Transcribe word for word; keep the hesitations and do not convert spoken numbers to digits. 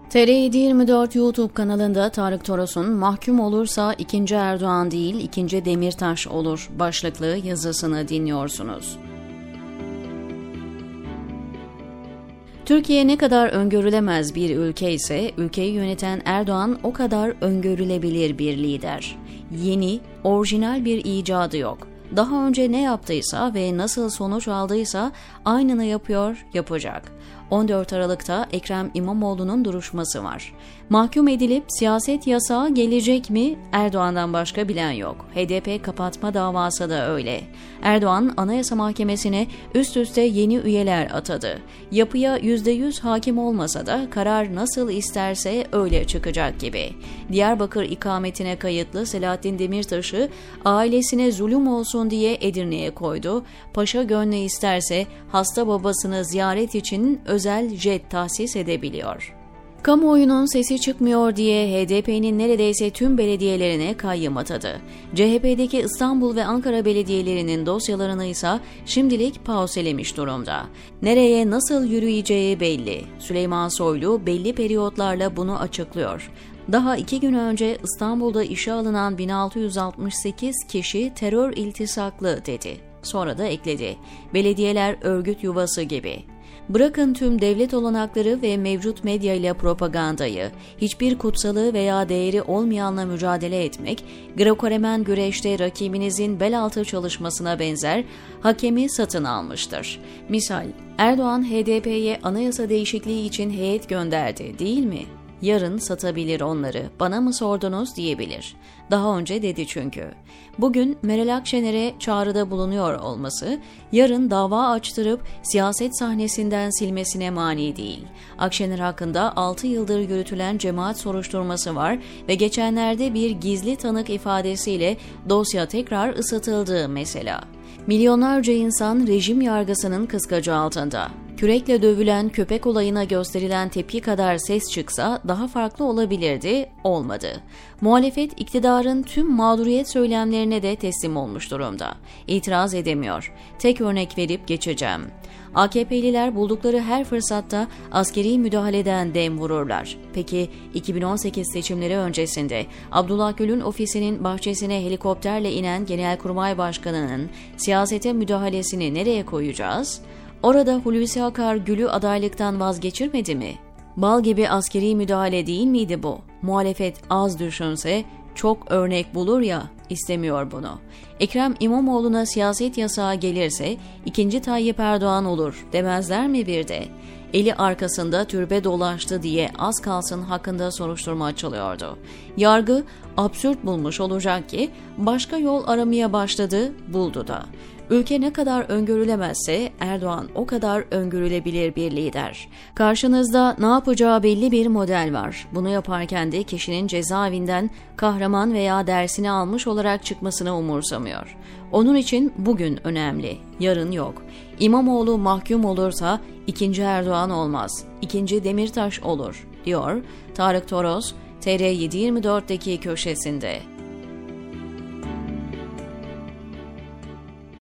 T R yedi yirmi dört YouTube kanalında Tarık Toros'un "Mahkum olursa ikinci Erdoğan değil, ikinci Demirtaş olur" başlıklı yazısını dinliyorsunuz. Türkiye ne kadar öngörülemez bir ülke ise, ülkeyi yöneten Erdoğan o kadar öngörülebilir bir lider. Yeni, orijinal bir icadı yok. Daha önce ne yaptıysa ve nasıl sonuç aldıysa aynını yapıyor, yapacak. on dört Aralık'ta Ekrem İmamoğlu'nun duruşması var. Mahkum edilip siyaset yasağı gelecek mi? Erdoğan'dan başka bilen yok. H D P kapatma davası da öyle. Erdoğan Anayasa Mahkemesi'ne üst üste yeni üyeler atadı. Yapıya yüzde yüz hakim olmasa da karar nasıl isterse öyle çıkacak gibi. Diyarbakır ikametine kayıtlı Selahattin Demirtaş'ı ailesine zulüm olsun diye Edirne'ye koydu. Paşa gönlü isterse hasta babasını ziyaret için özel jet tahsis edebiliyor. Kamuoyunun sesi çıkmıyor diye H D P'nin neredeyse tüm belediyelerine kayyım atadı. C H P'deki İstanbul ve Ankara belediyelerinin dosyalarını ise şimdilik pauzelemiş durumda. Nereye nasıl yürüyeceği belli. Süleyman Soylu belli periyotlarla bunu açıklıyor. Daha iki gün önce İstanbul'da işe alınan bin altı yüz altmış sekiz kişi terör iltisaklı dedi. Sonra da ekledi. Belediyeler örgüt yuvası gibi. Bırakın tüm devlet olanakları ve mevcut medya ile propagandayı, hiçbir kutsalı veya değeri olmayanla mücadele etmek, Greco-Romen güreşte rakibinizin bel altı çalışmasına benzer, hakemi satın almıştır. Misal, Erdoğan H D P'ye anayasa değişikliği için heyet gönderdi, değil mi? Yarın satabilir onları, bana mı sordunuz diyebilir. Daha önce dedi çünkü. Bugün Meral Akşener'e çağrıda bulunuyor olması, yarın dava açtırıp siyaset sahnesinden silmesine mani değil. Akşener hakkında altı yıldır yürütülen cemaat soruşturması var ve geçenlerde bir gizli tanık ifadesiyle dosya tekrar ısıtıldı mesela. Milyonlarca insan rejim yargısının kıskacı altında. Kürekle dövülen köpek olayına gösterilen tepki kadar ses çıksa daha farklı olabilirdi, olmadı. Muhalefet iktidarın tüm mağduriyet söylemlerine de teslim olmuş durumda. İtiraz edemiyor. Tek örnek verip geçeceğim. A K P'liler buldukları her fırsatta askeri müdahaleden dem vururlar. Peki iki bin on sekiz seçimleri öncesinde Abdullah Gül'ün ofisinin bahçesine helikopterle inen Genelkurmay Başkanı'nın siyasete müdahalesini nereye koyacağız? Orada Hulusi Akar Gül'ü adaylıktan vazgeçirmedi mi? Bal gibi askeri müdahale değil miydi bu? Muhalefet az düşünse çok örnek bulur ya, istemiyor bunu. Ekrem İmamoğlu'na siyaset yasağı gelirse ikinci Tayyip Erdoğan olur demezler mi bir de? Eli arkasında türbe dolaştı diye az kalsın hakkında soruşturma açılıyordu. Yargı absürt bulmuş olacak ki başka yol aramaya başladı, buldu da. Ülke ne kadar öngörülemezse Erdoğan o kadar öngörülebilir bir lider. Karşınızda ne yapacağı belli bir model var. Bunu yaparken de kişinin cezaevinden kahraman veya dersini almış olarak çıkmasını umursamıyor. Onun için bugün önemli, yarın yok. İmamoğlu mahkum olursa ikinci Erdoğan olmaz, ikinci Demirtaş olur, diyor Tarık Toros, T R yedi yirmi dört'teki köşesinde.